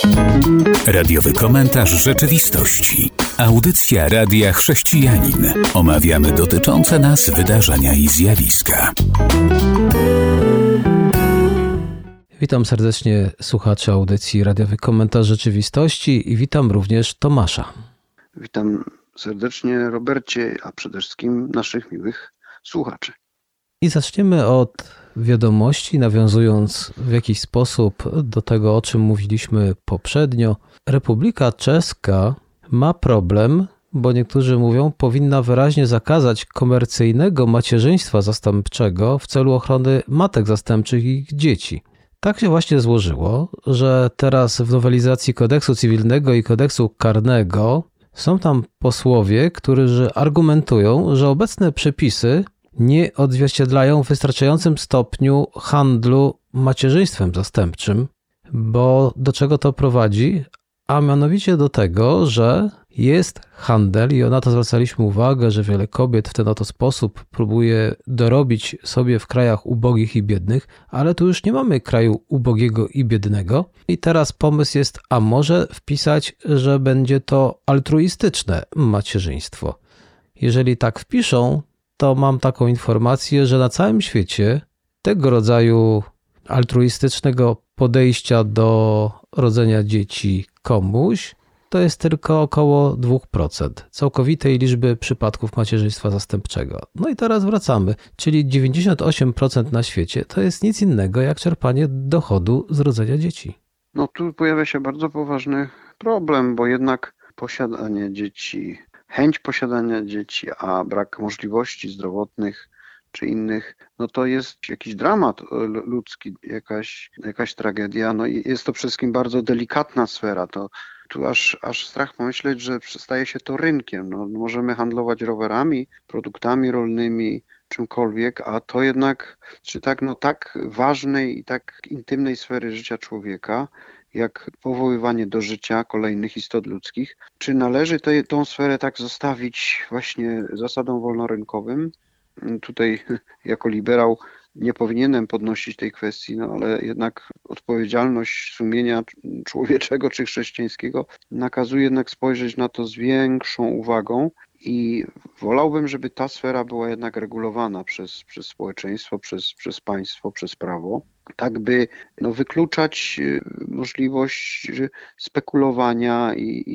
Radiowy komentarz rzeczywistości. Audycja Radia Chrześcijanin. Omawiamy dotyczące nas wydarzenia i zjawiska. Witam serdecznie słuchaczy audycji Radiowy komentarz rzeczywistości i witam również Tomasza. Witam serdecznie Robercie, a przede wszystkim naszych miłych słuchaczy. I zaczniemy od wiadomości, nawiązując w jakiś sposób do tego, o czym mówiliśmy poprzednio. Republika Czeska ma problem, bo niektórzy mówią, powinna wyraźnie zakazać komercyjnego macierzyństwa zastępczego w celu ochrony matek zastępczych i ich dzieci. Tak się właśnie złożyło, że teraz w nowelizacji kodeksu cywilnego i kodeksu karnego są tam posłowie, którzy argumentują, że obecne przepisy nie odzwierciedlają w wystarczającym stopniu handlu macierzyństwem zastępczym, bo do czego to prowadzi? A mianowicie do tego, że jest handel i na to zwracaliśmy uwagę, że wiele kobiet w ten oto sposób próbuje dorobić sobie w krajach ubogich i biednych, ale tu już nie mamy kraju ubogiego i biednego i teraz pomysł jest, a może wpisać, że będzie to altruistyczne macierzyństwo. Jeżeli tak wpiszą, to mam taką informację, że na całym świecie tego rodzaju altruistycznego podejścia do rodzenia dzieci komuś to jest tylko około 2% całkowitej liczby przypadków macierzyństwa zastępczego. No i teraz wracamy, czyli 98% na świecie to jest nic innego jak czerpanie dochodu z rodzenia dzieci. No tu pojawia się bardzo poważny problem, bo jednak posiadanie dzieci, chęć posiadania dzieci, a brak możliwości zdrowotnych czy innych, no to jest jakiś dramat ludzki, jakaś tragedia. No i jest to przede wszystkim bardzo delikatna sfera. Tu aż strach pomyśleć, że staje się to rynkiem. No, możemy handlować rowerami, produktami rolnymi, czymkolwiek, a to jednak tak ważnej i tak intymnej sfery życia człowieka, jak powoływanie do życia kolejnych istot ludzkich. Czy należy tą sferę tak zostawić właśnie zasadom wolnorynkowym? Tutaj jako liberał nie powinienem podnosić tej kwestii, no ale jednak odpowiedzialność sumienia człowieczego czy chrześcijańskiego nakazuje jednak spojrzeć na to z większą uwagą i wolałbym, żeby ta sfera była jednak regulowana przez społeczeństwo, przez państwo, przez prawo, tak by wykluczać możliwość spekulowania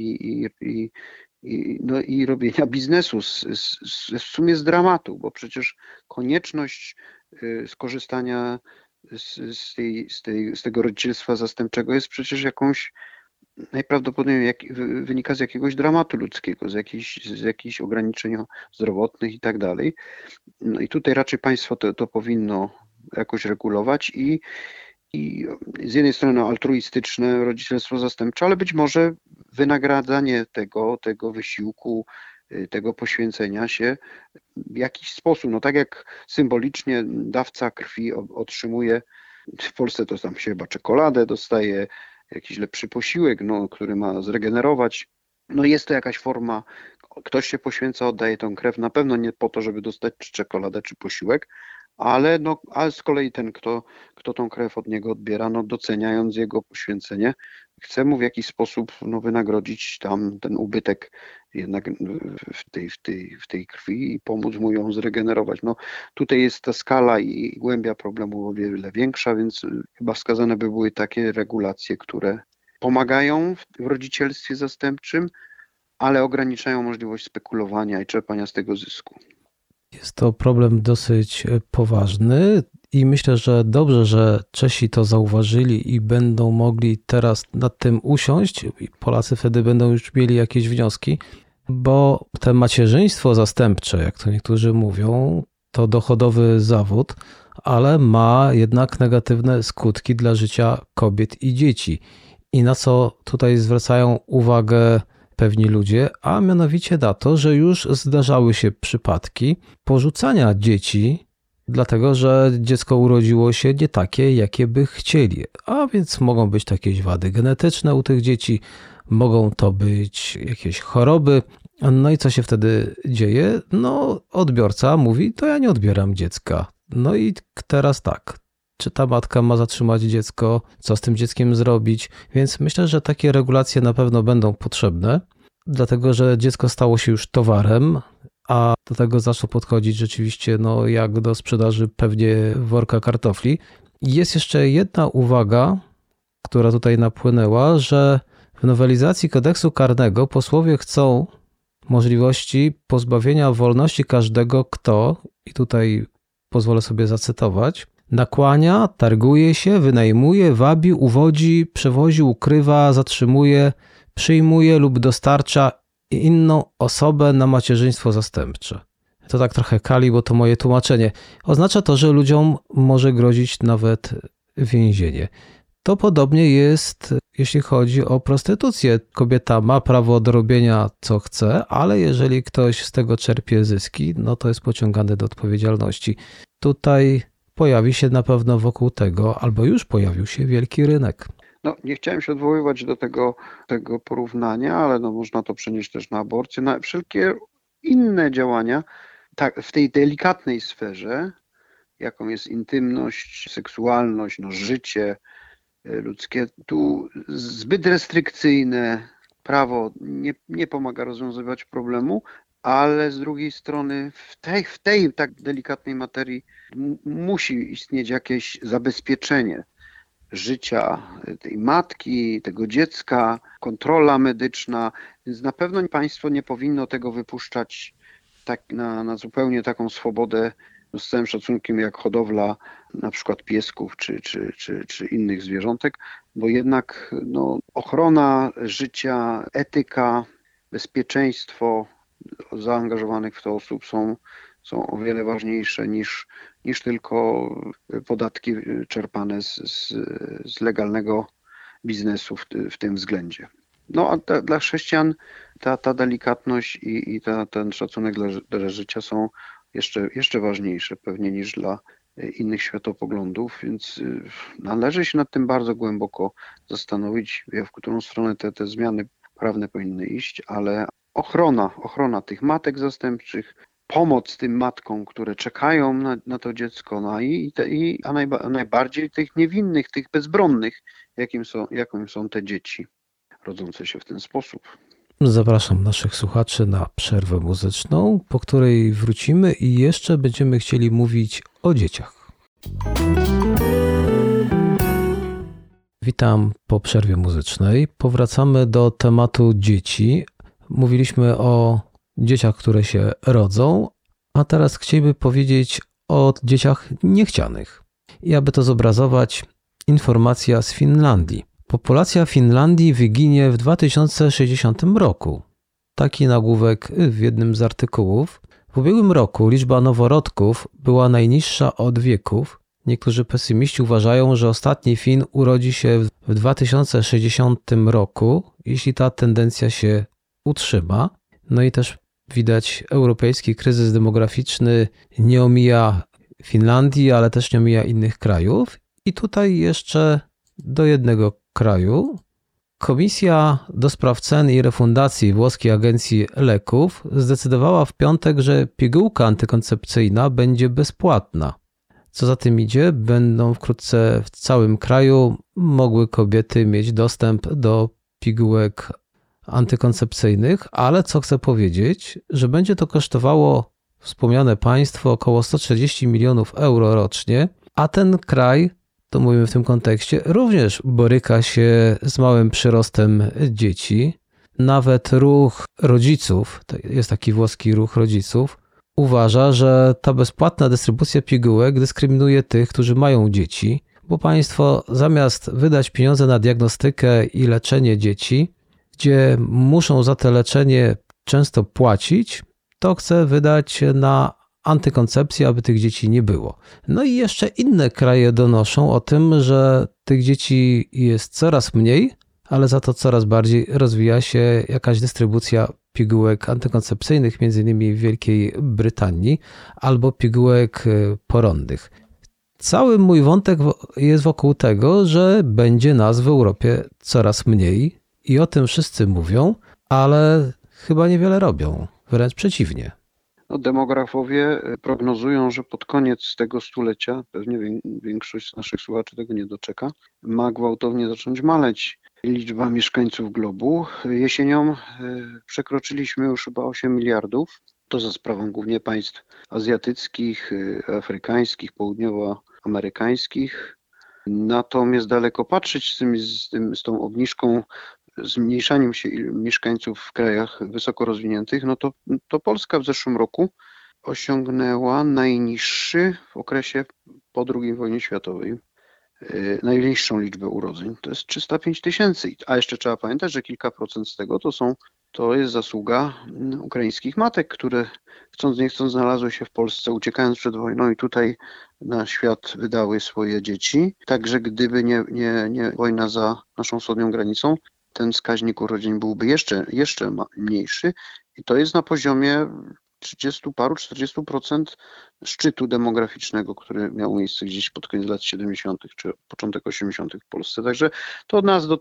i robienia biznesu w sumie z bo przecież konieczność skorzystania z tego rodzicielstwa zastępczego jest przecież najprawdopodobniej wynika z jakiegoś dramatu ludzkiego, z jakichś ograniczeń zdrowotnych i tak dalej. No i tutaj raczej państwo to powinno jakoś regulować i z jednej strony altruistyczne rodzicielstwo zastępcze, ale być może wynagradzanie tego wysiłku, tego poświęcenia się w jakiś sposób. No tak jak symbolicznie dawca krwi otrzymuje, w Polsce to tam się chyba czekoladę dostaje, jakiś lepszy posiłek, który ma zregenerować. No jest to jakaś forma, ktoś się poświęca, oddaje tą krew, na pewno nie po to, żeby dostać czy czekoladę, czy posiłek, ale z kolei ten, kto tą krew od niego odbiera, doceniając jego poświęcenie, chce mu w jakiś sposób wynagrodzić tam ten ubytek jednak w tej krwi i pomóc mu ją zregenerować. Tutaj jest ta skala i głębia problemu o wiele większa, więc chyba wskazane by były takie regulacje, które pomagają w rodzicielstwie zastępczym, ale ograniczają możliwość spekulowania i czerpania z tego zysku. Jest to problem dosyć poważny i myślę, że dobrze, że Czesi to zauważyli i będą mogli teraz nad tym usiąść i Polacy wtedy będą już mieli jakieś wnioski, bo te macierzyństwo zastępcze, jak to niektórzy mówią, to dochodowy zawód, ale ma jednak negatywne skutki dla życia kobiet i dzieci. I na co tutaj zwracają uwagę pewni ludzie, a mianowicie na to, że już zdarzały się przypadki porzucania dzieci, dlatego że dziecko urodziło się nie takie, jakie by chcieli. A więc mogą być jakieś wady genetyczne u tych dzieci, mogą to być jakieś choroby. No i co się wtedy dzieje? Odbiorca mówi, to ja nie odbieram dziecka. No i teraz tak, czy ta matka ma zatrzymać dziecko, co z tym dzieckiem zrobić. Więc myślę, że takie regulacje na pewno będą potrzebne, dlatego że dziecko stało się już towarem, a do tego zaczął podchodzić rzeczywiście jak do sprzedaży pewnie worka kartofli. Jest jeszcze jedna uwaga, która tutaj napłynęła, że w nowelizacji kodeksu karnego posłowie chcą możliwości pozbawienia wolności każdego, kto, i tutaj pozwolę sobie zacytować, nakłania, targuje się, wynajmuje, wabi, uwodzi, przewozi, ukrywa, zatrzymuje, przyjmuje lub dostarcza inną osobę na macierzyństwo zastępcze. To tak trochę kali, bo to moje tłumaczenie. Oznacza to, że ludziom może grozić nawet więzienie. To podobnie jest, jeśli chodzi o prostytucję. Kobieta ma prawo do robienia co chce, ale jeżeli ktoś z tego czerpie zyski, to jest pociągany do odpowiedzialności. Tutaj pojawi się na pewno wokół tego, albo już pojawił się wielki rynek. Nie chciałem się odwoływać do tego porównania, ale można to przenieść też na aborcję, na wszelkie inne działania w tej delikatnej sferze, jaką jest intymność, seksualność, życie ludzkie. Tu zbyt restrykcyjne prawo nie pomaga rozwiązywać problemu, ale z drugiej strony w tej tak delikatnej materii musi istnieć jakieś zabezpieczenie życia tej matki, tego dziecka, kontrola medyczna, więc na pewno państwo nie powinno tego wypuszczać tak na zupełnie taką swobodę, z całym szacunkiem jak hodowla na przykład piesków czy innych zwierzątek, bo jednak ochrona życia, etyka, bezpieczeństwo zaangażowanych w to osób są o wiele ważniejsze niż tylko podatki czerpane z legalnego biznesu w tym względzie. A dla chrześcijan ta delikatność i ten szacunek dla życia są jeszcze ważniejsze pewnie niż dla innych światopoglądów, więc należy się nad tym bardzo głęboko zastanowić, w którą stronę te zmiany prawne powinny iść, ale ochrona tych matek zastępczych, pomoc tym matkom, które czekają na to dziecko, a najbardziej tych niewinnych, tych bezbronnych, jakim są te dzieci rodzące się w ten sposób. Zapraszam naszych słuchaczy na przerwę muzyczną, po której wrócimy i jeszcze będziemy chcieli mówić o dzieciach. Witam po przerwie muzycznej. Powracamy do tematu dzieci. Mówiliśmy o dzieciach, które się rodzą, a teraz chcieliby powiedzieć o dzieciach niechcianych. I aby to zobrazować, informacja z Finlandii. Populacja Finlandii wyginie w 2060 roku. Taki nagłówek w jednym z artykułów. W ubiegłym roku liczba noworodków była najniższa od wieków. Niektórzy pesymiści uważają, że ostatni Fin urodzi się w 2060 roku, jeśli ta tendencja się utrzyma. I też widać, europejski kryzys demograficzny nie omija Finlandii, ale też nie omija innych krajów. I tutaj jeszcze do jednego kraju. Komisja do spraw cen i refundacji Włoskiej Agencji Leków zdecydowała w piątek, że pigułka antykoncepcyjna będzie bezpłatna. Co za tym idzie, będą wkrótce w całym kraju mogły kobiety mieć dostęp do pigułek antykoncepcyjnych, ale co chcę powiedzieć, że będzie to kosztowało wspomniane państwo około 140 milionów euro rocznie, a ten kraj, to mówimy w tym kontekście, również boryka się z małym przyrostem dzieci. Nawet ruch rodziców, to jest taki włoski ruch rodziców, uważa, że ta bezpłatna dystrybucja pigułek dyskryminuje tych, którzy mają dzieci, bo państwo zamiast wydać pieniądze na diagnostykę i leczenie dzieci, gdzie muszą za to leczenie często płacić, to chce wydać na antykoncepcję, aby tych dzieci nie było. I jeszcze inne kraje donoszą o tym, że tych dzieci jest coraz mniej, ale za to coraz bardziej rozwija się jakaś dystrybucja pigułek antykoncepcyjnych, m.in. w Wielkiej Brytanii, albo pigułek poronnych. Cały mój wątek jest wokół tego, że będzie nas w Europie coraz mniej i o tym wszyscy mówią, ale chyba niewiele robią, wręcz przeciwnie. No, demografowie prognozują, że pod koniec tego stulecia, pewnie większość z naszych słuchaczy tego nie doczeka, ma gwałtownie zacząć maleć liczba mieszkańców globu. Jesienią przekroczyliśmy już chyba 8 miliardów. To za sprawą głównie państw azjatyckich, afrykańskich, południowoamerykańskich. Natomiast daleko patrzeć z tą obniżką, zmniejszaniem się mieszkańców w krajach wysoko rozwiniętych, no to Polska w zeszłym roku osiągnęła najniższy w okresie po II wojnie światowej, najniższą liczbę urodzeń. To jest 305 tysięcy. A jeszcze trzeba pamiętać, że kilka procent z tego to jest zasługa ukraińskich matek, które chcąc nie chcąc znalazły się w Polsce, uciekając przed wojną i tutaj na świat wydały swoje dzieci. Także gdyby nie wojna za naszą wschodnią granicą, ten wskaźnik urodzeń byłby jeszcze mniejszy i to jest na poziomie 40% szczytu demograficznego, który miał miejsce gdzieś pod koniec lat 70. czy początek 80. w Polsce. Także to od nas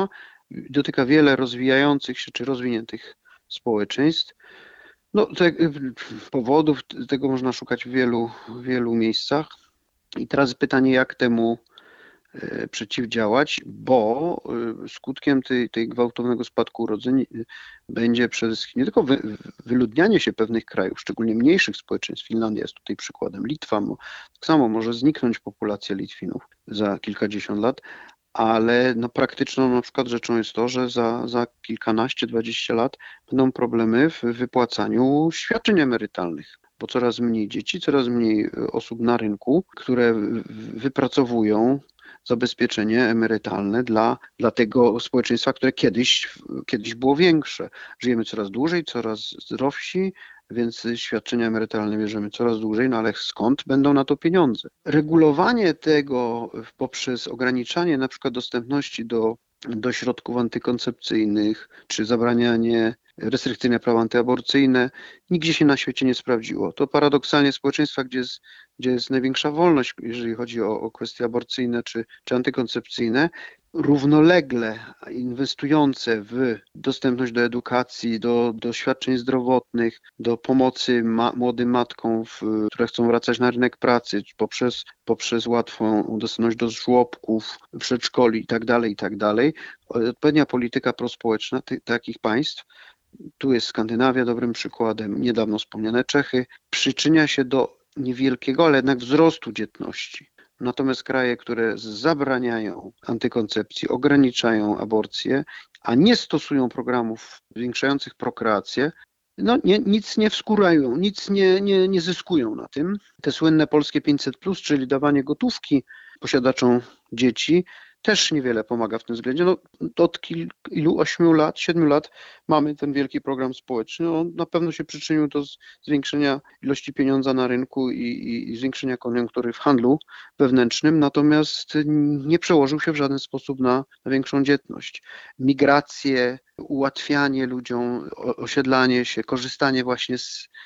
dotyka wiele rozwijających się czy rozwiniętych społeczeństw. No, powodów tego można szukać w wielu miejscach. I teraz pytanie, jak temu przeciwdziałać, bo skutkiem tej gwałtownego spadku urodzeń będzie przede wszystkim nie tylko wyludnianie się pewnych krajów, szczególnie mniejszych społeczeństw. Finlandia jest tutaj przykładem, Litwa, tak samo może zniknąć populacja Litwinów za kilkadziesiąt lat, ale praktyczną na przykład rzeczą jest to, że za kilkanaście, 20 lat będą problemy w wypłacaniu świadczeń emerytalnych, bo coraz mniej dzieci, coraz mniej osób na rynku, które wypracowują zabezpieczenie emerytalne dla tego społeczeństwa, które kiedyś było większe. Żyjemy coraz dłużej, coraz zdrowsi, więc świadczenia emerytalne bierzemy coraz dłużej, no ale skąd będą na to pieniądze? Regulowanie tego poprzez ograniczanie na przykład dostępności do środków antykoncepcyjnych, czy zabranianie, restrykcyjne prawa antyaborcyjne, nigdzie się na świecie nie sprawdziło. To paradoksalnie społeczeństwa, gdzie jest największa wolność, jeżeli chodzi o kwestie aborcyjne czy antykoncepcyjne, równolegle inwestujące w dostępność do edukacji, do świadczeń zdrowotnych, do pomocy młodym matkom, które chcą wracać na rynek pracy, poprzez łatwą dostępność do żłobków, przedszkoli itd. Odpowiednia polityka prospołeczna takich państw, tu jest Skandynawia dobrym przykładem, niedawno wspomniane Czechy, przyczynia się do niewielkiego, ale jednak wzrostu dzietności. Natomiast kraje, które zabraniają antykoncepcji, ograniczają aborcję, a nie stosują programów zwiększających prokreację, nic nie wskórają, nic nie zyskują na tym. Te słynne polskie 500+, czyli dawanie gotówki posiadaczom dzieci, też niewiele pomaga w tym względzie. Od 7 lat mamy ten wielki program społeczny. On na pewno się przyczynił do zwiększenia ilości pieniądza na rynku i zwiększenia koniunktury w handlu wewnętrznym, natomiast nie przełożył się w żaden sposób na większą dzietność. Migracje, ułatwianie ludziom, osiedlanie się, korzystanie właśnie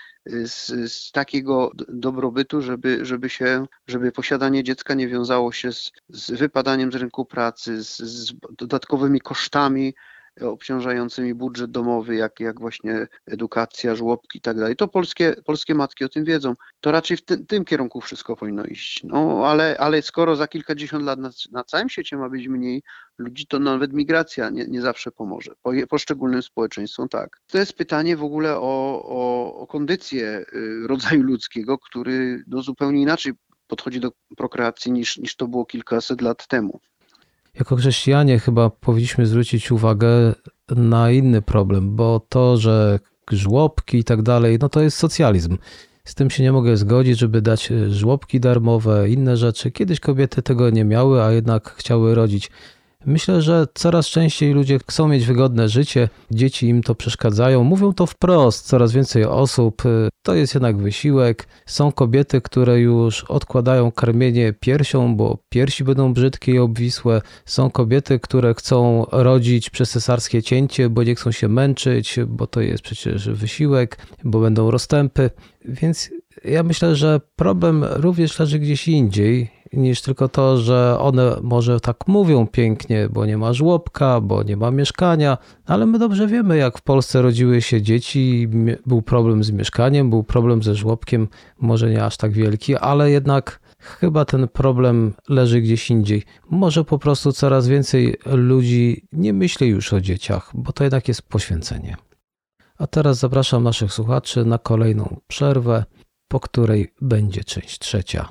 z takiego dobrobytu, żeby posiadanie dziecka nie wiązało się z wypadaniem z rynku pracy, z dodatkowymi kosztami obciążającymi budżet domowy, jak właśnie edukacja, żłobki i tak dalej. To polskie matki o tym wiedzą. To raczej w tym kierunku wszystko powinno iść. Ale skoro za kilkadziesiąt lat na całym świecie ma być mniej ludzi, to nawet migracja nie zawsze pomoże. Poszczególnym społeczeństwom tak. To jest pytanie w ogóle o kondycję rodzaju ludzkiego, który zupełnie inaczej podchodzi do prokreacji niż to było kilkaset lat temu. Jako chrześcijanie chyba powinniśmy zwrócić uwagę na inny problem, bo to, że żłobki i tak dalej, to jest socjalizm. Z tym się nie mogę zgodzić, żeby dać żłobki darmowe, inne rzeczy. Kiedyś kobiety tego nie miały, a jednak chciały rodzić. Myślę, że coraz częściej ludzie chcą mieć wygodne życie, dzieci im to przeszkadzają, mówią to wprost, coraz więcej osób, to jest jednak wysiłek. Są kobiety, które już odkładają karmienie piersią, bo piersi będą brzydkie i obwisłe. Są kobiety, które chcą rodzić przez cesarskie cięcie, bo nie chcą się męczyć, bo to jest przecież wysiłek, bo będą rozstępy. Więc ja myślę, że problem również leży gdzieś indziej niż tylko to, że one może tak mówią pięknie, bo nie ma żłobka, bo nie ma mieszkania, ale my dobrze wiemy, jak w Polsce rodziły się dzieci, był problem z mieszkaniem, był problem ze żłobkiem, może nie aż tak wielki, ale jednak chyba ten problem leży gdzieś indziej. Może po prostu coraz więcej ludzi nie myśli już o dzieciach, bo to jednak jest poświęcenie. A teraz zapraszam naszych słuchaczy na kolejną przerwę, po której będzie część trzecia.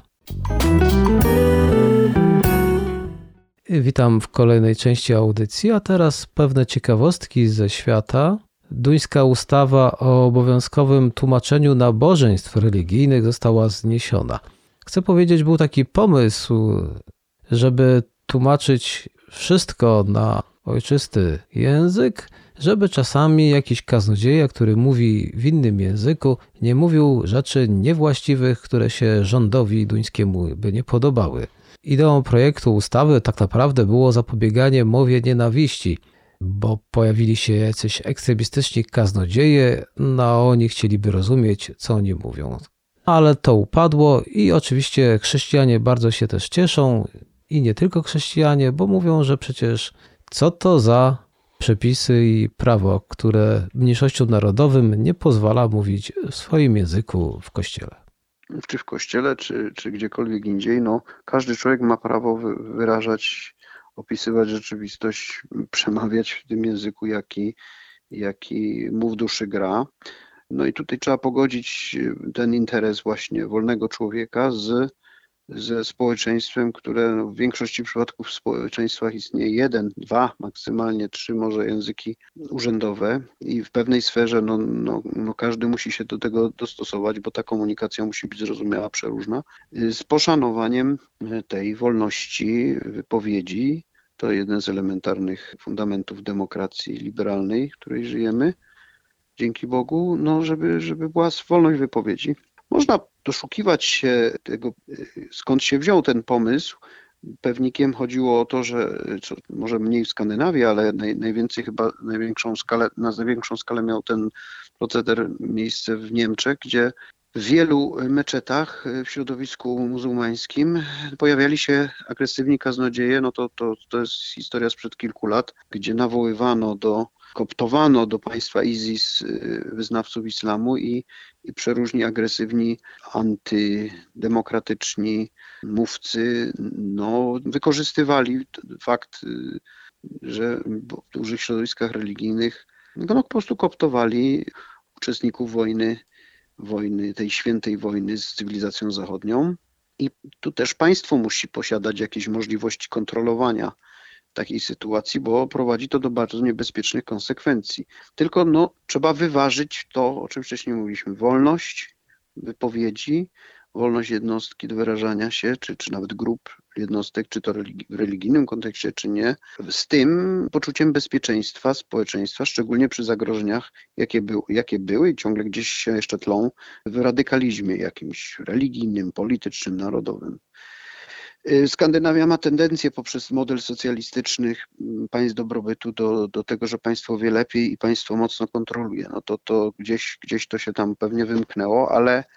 Witam w kolejnej części audycji, a teraz pewne ciekawostki ze świata. Duńska ustawa o obowiązkowym tłumaczeniu nabożeństw religijnych została zniesiona. Chcę powiedzieć, był taki pomysł, żeby tłumaczyć wszystko na ojczysty język, żeby czasami jakiś kaznodzieja, który mówi w innym języku, nie mówił rzeczy niewłaściwych, które się rządowi duńskiemu by nie podobały. Ideą projektu ustawy tak naprawdę było zapobieganie mowie nienawiści, bo pojawili się jacyś ekstremistyczni kaznodzieje, a oni chcieliby rozumieć, co oni mówią. Ale to upadło i oczywiście chrześcijanie bardzo się też cieszą i nie tylko chrześcijanie, bo mówią, że przecież co to za przepisy i prawo, które mniejszościom narodowym nie pozwala mówić w swoim języku w kościele. Czy w kościele, czy gdziekolwiek indziej, no, każdy człowiek ma prawo wyrażać, opisywać rzeczywistość, przemawiać w tym języku, jaki mu w duszy gra. No i tutaj trzeba pogodzić ten interes właśnie wolnego człowieka ze społeczeństwem, które w większości przypadków w społeczeństwach istnieje 1, 2, maksymalnie 3 może języki urzędowe i w pewnej sferze no każdy musi się do tego dostosować, bo ta komunikacja musi być zrozumiała, przeróżna, z poszanowaniem tej wolności wypowiedzi. To jeden z elementarnych fundamentów demokracji liberalnej, w której żyjemy, dzięki Bogu, no żeby była wolność wypowiedzi. Można doszukiwać się tego, skąd się wziął ten pomysł. Pewnikiem chodziło o to, że może mniej w Skandynawii, ale najwięcej chyba na największą skalę miał ten proceder miejsce w Niemczech, gdzie w wielu meczetach w środowisku muzułmańskim pojawiali się agresywni kaznodzieje. No to jest historia sprzed kilku lat, gdzie koptowano do państwa ISIS wyznawców islamu i przeróżni agresywni, antydemokratyczni mówcy wykorzystywali fakt, że w dużych środowiskach religijnych po prostu koptowali uczestników wojny, tej świętej wojny z cywilizacją zachodnią. I tu też państwo musi posiadać jakieś możliwości kontrolowania takiej sytuacji, bo prowadzi to do bardzo niebezpiecznych konsekwencji. Tylko trzeba wyważyć to, o czym wcześniej mówiliśmy, wolność wypowiedzi, wolność jednostki do wyrażania się, czy nawet grup jednostek, czy to w religijnym kontekście, czy nie, z tym poczuciem bezpieczeństwa społeczeństwa, szczególnie przy zagrożeniach, jakie były i ciągle gdzieś się jeszcze tlą w radykalizmie jakimś religijnym, politycznym, narodowym. Skandynawia ma tendencję poprzez model socjalistycznych państw dobrobytu do tego, że państwo wie lepiej i państwo mocno kontroluje. No to gdzieś to się tam pewnie wymknęło,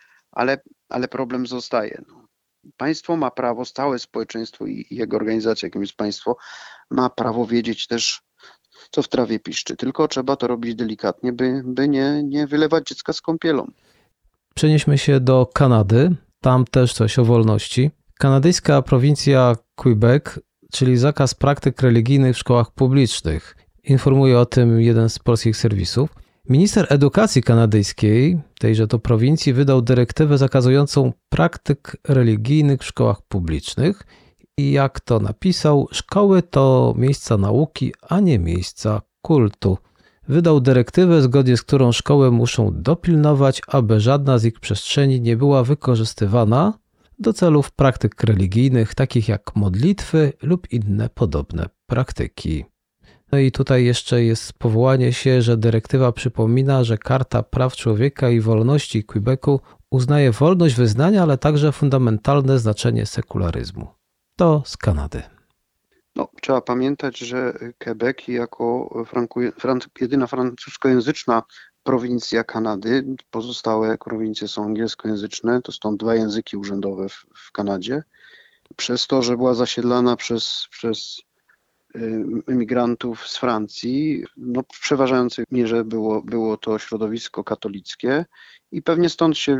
ale problem zostaje. Państwo ma prawo, całe społeczeństwo i jego organizacja, jakim jest państwo, ma prawo wiedzieć też, co w trawie piszczy. Tylko trzeba to robić delikatnie, by nie wylewać dziecka z kąpielą. Przenieśmy się do Kanady. Tam też coś o wolności. Kanadyjska prowincja Quebec, czyli zakaz praktyk religijnych w szkołach publicznych. Informuje o tym jeden z polskich serwisów. Minister edukacji kanadyjskiej tejże to prowincji wydał dyrektywę zakazującą praktyk religijnych w szkołach publicznych i jak to napisał, szkoły to miejsca nauki, a nie miejsca kultu. Wydał dyrektywę, zgodnie z którą szkoły muszą dopilnować, aby żadna z ich przestrzeni nie była wykorzystywana do celów praktyk religijnych, takich jak modlitwy lub inne podobne praktyki. No i tutaj jeszcze jest powołanie się, że dyrektywa przypomina, że Karta Praw Człowieka i Wolności Quebecu uznaje wolność wyznania, ale także fundamentalne znaczenie sekularyzmu. To z Kanady. Trzeba pamiętać, że Quebec jako jedyna francuskojęzyczna prowincja Kanady, pozostałe prowincje są angielskojęzyczne, to są 2 języki urzędowe w Kanadzie. przez to, że była zasiedlana przez emigrantów z Francji, no w przeważającej mierze było to środowisko katolickie i pewnie stąd się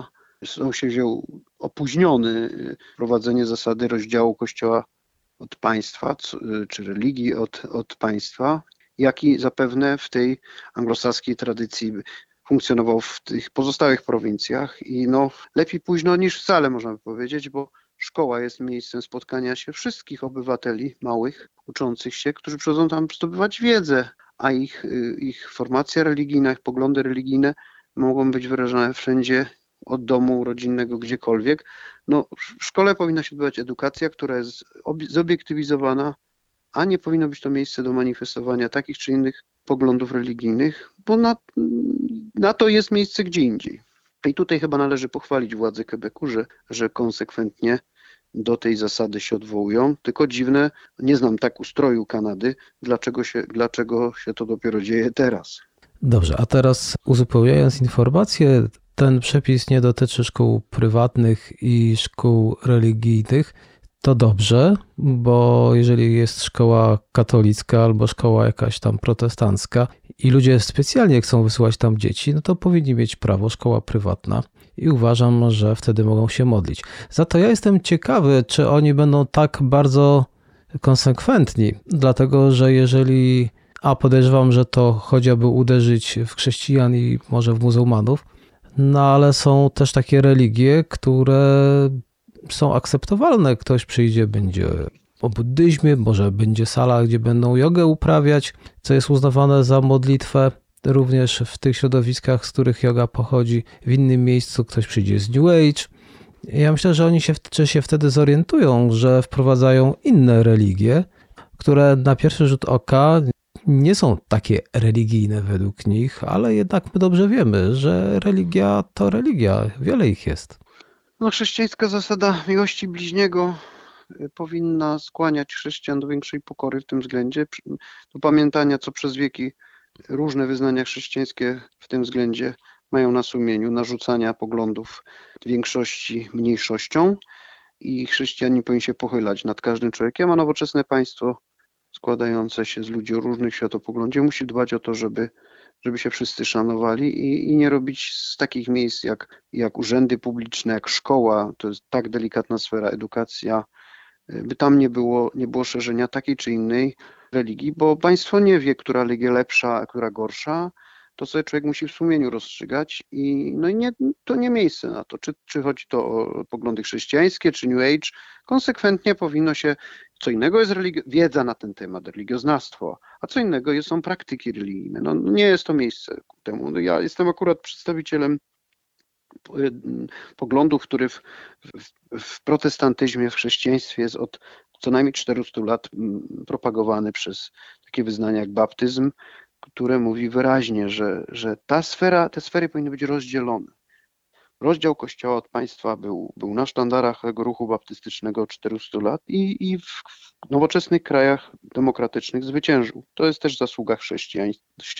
wziął opóźniony wprowadzenie zasady rozdziału Kościoła od państwa, czy religii od państwa, jaki zapewne w tej anglosaskiej tradycji funkcjonował w tych pozostałych prowincjach i no lepiej późno niż wcale, można by powiedzieć, bo szkoła jest miejscem spotkania się wszystkich obywateli małych, uczących się, którzy przychodzą tam zdobywać wiedzę, a ich formacja religijna, ich poglądy religijne mogą być wyrażane wszędzie, od domu rodzinnego, gdziekolwiek. No, w szkole powinna się odbywać edukacja, która jest zobiektywizowana, a nie powinno być to miejsce do manifestowania takich czy innych poglądów religijnych, bo na to jest miejsce gdzie indziej. I tutaj chyba należy pochwalić władze Quebecu, że konsekwentnie do tej zasady się odwołują. Tylko dziwne, nie znam tak ustroju Kanady, dlaczego się to dopiero dzieje teraz. Dobrze, a teraz uzupełniając informację, ten przepis nie dotyczy szkół prywatnych i szkół religijnych. To dobrze, bo jeżeli jest szkoła katolicka albo szkoła jakaś tam protestancka i ludzie specjalnie chcą wysyłać tam dzieci, no to powinni mieć prawo, szkoła prywatna i uważam, że wtedy mogą się modlić. Za to ja jestem ciekawy, czy oni będą tak bardzo konsekwentni, dlatego że jeżeli, podejrzewam, że to chodzi, aby uderzyć w chrześcijan i może w muzułmanów, no ale są też takie religie, które są akceptowalne. Ktoś przyjdzie, będzie o buddyzmie, może będzie sala, gdzie będą jogę uprawiać, co jest uznawane za modlitwę. Również w tych środowiskach, z których joga pochodzi, w innym miejscu ktoś przyjdzie z New Age. Ja myślę, że oni się wtedy zorientują, że wprowadzają inne religie, które na pierwszy rzut oka nie są takie religijne według nich, ale jednak my dobrze wiemy, że religia to religia. Wiele ich jest. No, chrześcijańska zasada miłości bliźniego powinna skłaniać chrześcijan do większej pokory w tym względzie, do pamiętania, co przez wieki różne wyznania chrześcijańskie w tym względzie mają na sumieniu, narzucania poglądów większości mniejszością i chrześcijanin powinien się pochylać nad każdym człowiekiem, a nowoczesne państwo składające się z ludzi o różnych światopoglądzie musi dbać o to, żeby się wszyscy szanowali i nie robić z takich miejsc jak urzędy publiczne, jak szkoła, to jest tak delikatna sfera, edukacja, by tam nie było szerzenia takiej czy innej religii, bo państwo nie wie, która religia lepsza, a która gorsza, to sobie człowiek musi w sumieniu rozstrzygać to nie miejsce na to, czy chodzi to o poglądy chrześcijańskie, czy New Age. Konsekwentnie powinno się, co innego jest wiedza na ten temat, religioznawstwo, a co innego są praktyki religijne. No, nie jest to miejsce ku temu. Ja jestem akurat przedstawicielem poglądów, który w protestantyzmie, w chrześcijaństwie jest od co najmniej 400 lat propagowany przez takie wyznania jak baptyzm, które mówi wyraźnie, że te sfery powinny być rozdzielone. Rozdział Kościoła od państwa był na sztandarach tego ruchu baptystycznego od 400 lat i w nowoczesnych krajach demokratycznych zwyciężył. To jest też zasługa chrześcijan.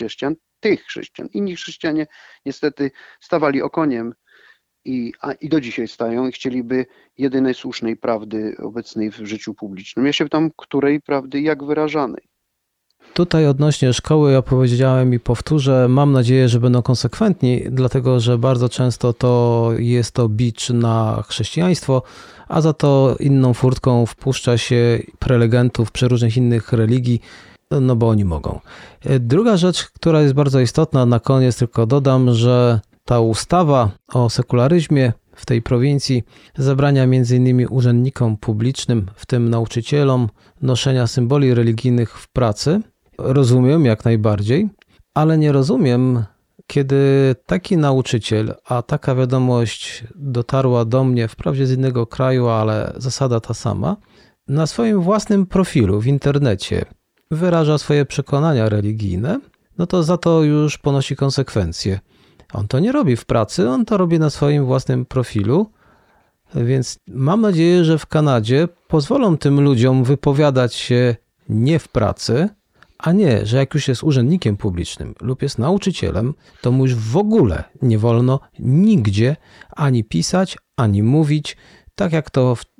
Inni chrześcijanie niestety stawali okoniem i do dzisiaj stają i chcieliby jedynej słusznej prawdy obecnej w życiu publicznym. Ja się pytam, której prawdy, jak wyrażanej. Tutaj odnośnie szkoły ja powiedziałem i powtórzę, mam nadzieję, że będą konsekwentni, dlatego że bardzo często jest to bicz na chrześcijaństwo, a za to inną furtką wpuszcza się prelegentów przeróżnych innych religii, no bo oni mogą. Druga rzecz, która jest bardzo istotna, na koniec tylko dodam, że ta ustawa o sekularyzmie w tej prowincji zabrania m.in. urzędnikom publicznym, w tym nauczycielom, noszenia symboli religijnych w pracy. Rozumiem jak najbardziej, ale nie rozumiem, kiedy taki nauczyciel, a taka wiadomość dotarła do mnie wprawdzie z innego kraju, ale zasada ta sama, na swoim własnym profilu w internecie wyraża swoje przekonania religijne, no to za to już ponosi konsekwencje. On to nie robi w pracy, on to robi na swoim własnym profilu, więc mam nadzieję, że w Kanadzie pozwolą tym ludziom wypowiadać się nie w pracy, a nie, że jak już jest urzędnikiem publicznym lub jest nauczycielem, to mu już w ogóle nie wolno nigdzie ani pisać, ani mówić, tak jak to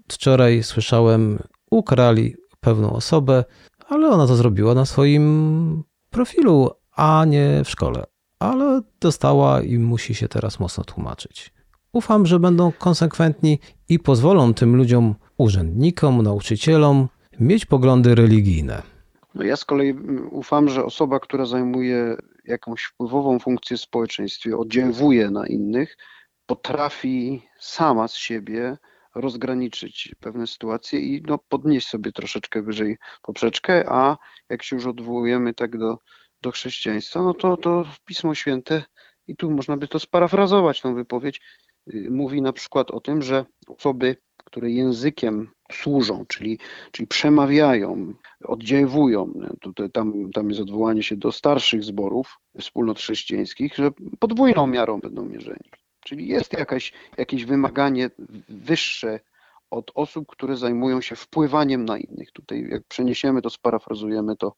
wczoraj słyszałem, ukarali pewną osobę, ale ona to zrobiła na swoim profilu, a nie w szkole. Ale dostała i musi się teraz mocno tłumaczyć. Ufam, że będą konsekwentni i pozwolą tym ludziom, urzędnikom, nauczycielom mieć poglądy religijne. No ja z kolei ufam, że osoba, która zajmuje jakąś wpływową funkcję w społeczeństwie, oddziałuje na innych, potrafi sama z siebie rozgraniczyć pewne sytuacje i podnieść sobie troszeczkę wyżej poprzeczkę, a jak się już odwołujemy tak do chrześcijaństwa, no to Pismo Święte, i tu można by to sparafrazować, tą wypowiedź, mówi na przykład o tym, że osoby, które językiem służą, czyli przemawiają, oddziaływują, tutaj tam jest odwołanie się do starszych zborów, wspólnot chrześcijańskich, że podwójną miarą będą mierzeni. Czyli jest jakieś wymaganie wyższe od osób, które zajmują się wpływaniem na innych. Tutaj jak przeniesiemy to, sparafrazujemy to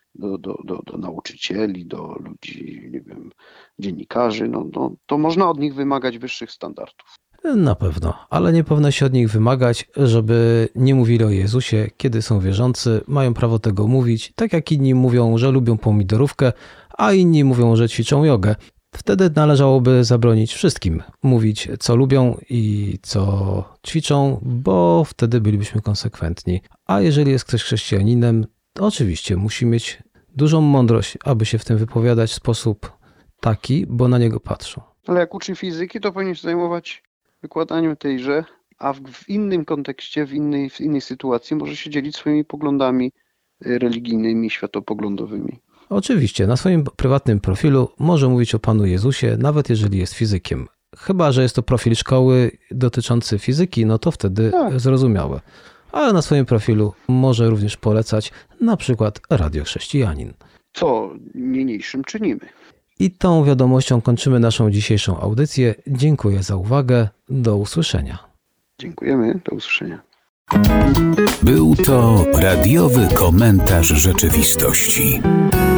do nauczycieli, do ludzi, nie wiem, dziennikarzy, to można od nich wymagać wyższych standardów. Na pewno, ale nie powinno się od nich wymagać, żeby nie mówili o Jezusie, kiedy są wierzący, mają prawo tego mówić, tak jak inni mówią, że lubią pomidorówkę, a inni mówią, że ćwiczą jogę. Wtedy należałoby zabronić wszystkim mówić, co lubią i co ćwiczą, bo wtedy bylibyśmy konsekwentni. A jeżeli jest ktoś chrześcijaninem, to oczywiście musi mieć dużą mądrość, aby się w tym wypowiadać w sposób taki, bo na niego patrzą. Ale jak uczy fizyki, to powinien się zajmować wykładaniem tejże, a w innym kontekście, w innej sytuacji może się dzielić swoimi poglądami religijnymi, światopoglądowymi. Oczywiście, na swoim prywatnym profilu może mówić o Panu Jezusie, nawet jeżeli jest fizykiem. Chyba że jest to profil szkoły dotyczący fizyki, no to wtedy zrozumiałe. Ale na swoim profilu może również polecać na przykład Radio Chrześcijanin. Co niniejszym czynimy. I tą wiadomością kończymy naszą dzisiejszą audycję. Dziękuję za uwagę. Do usłyszenia. Dziękujemy. Do usłyszenia. Był to radiowy komentarz rzeczywistości.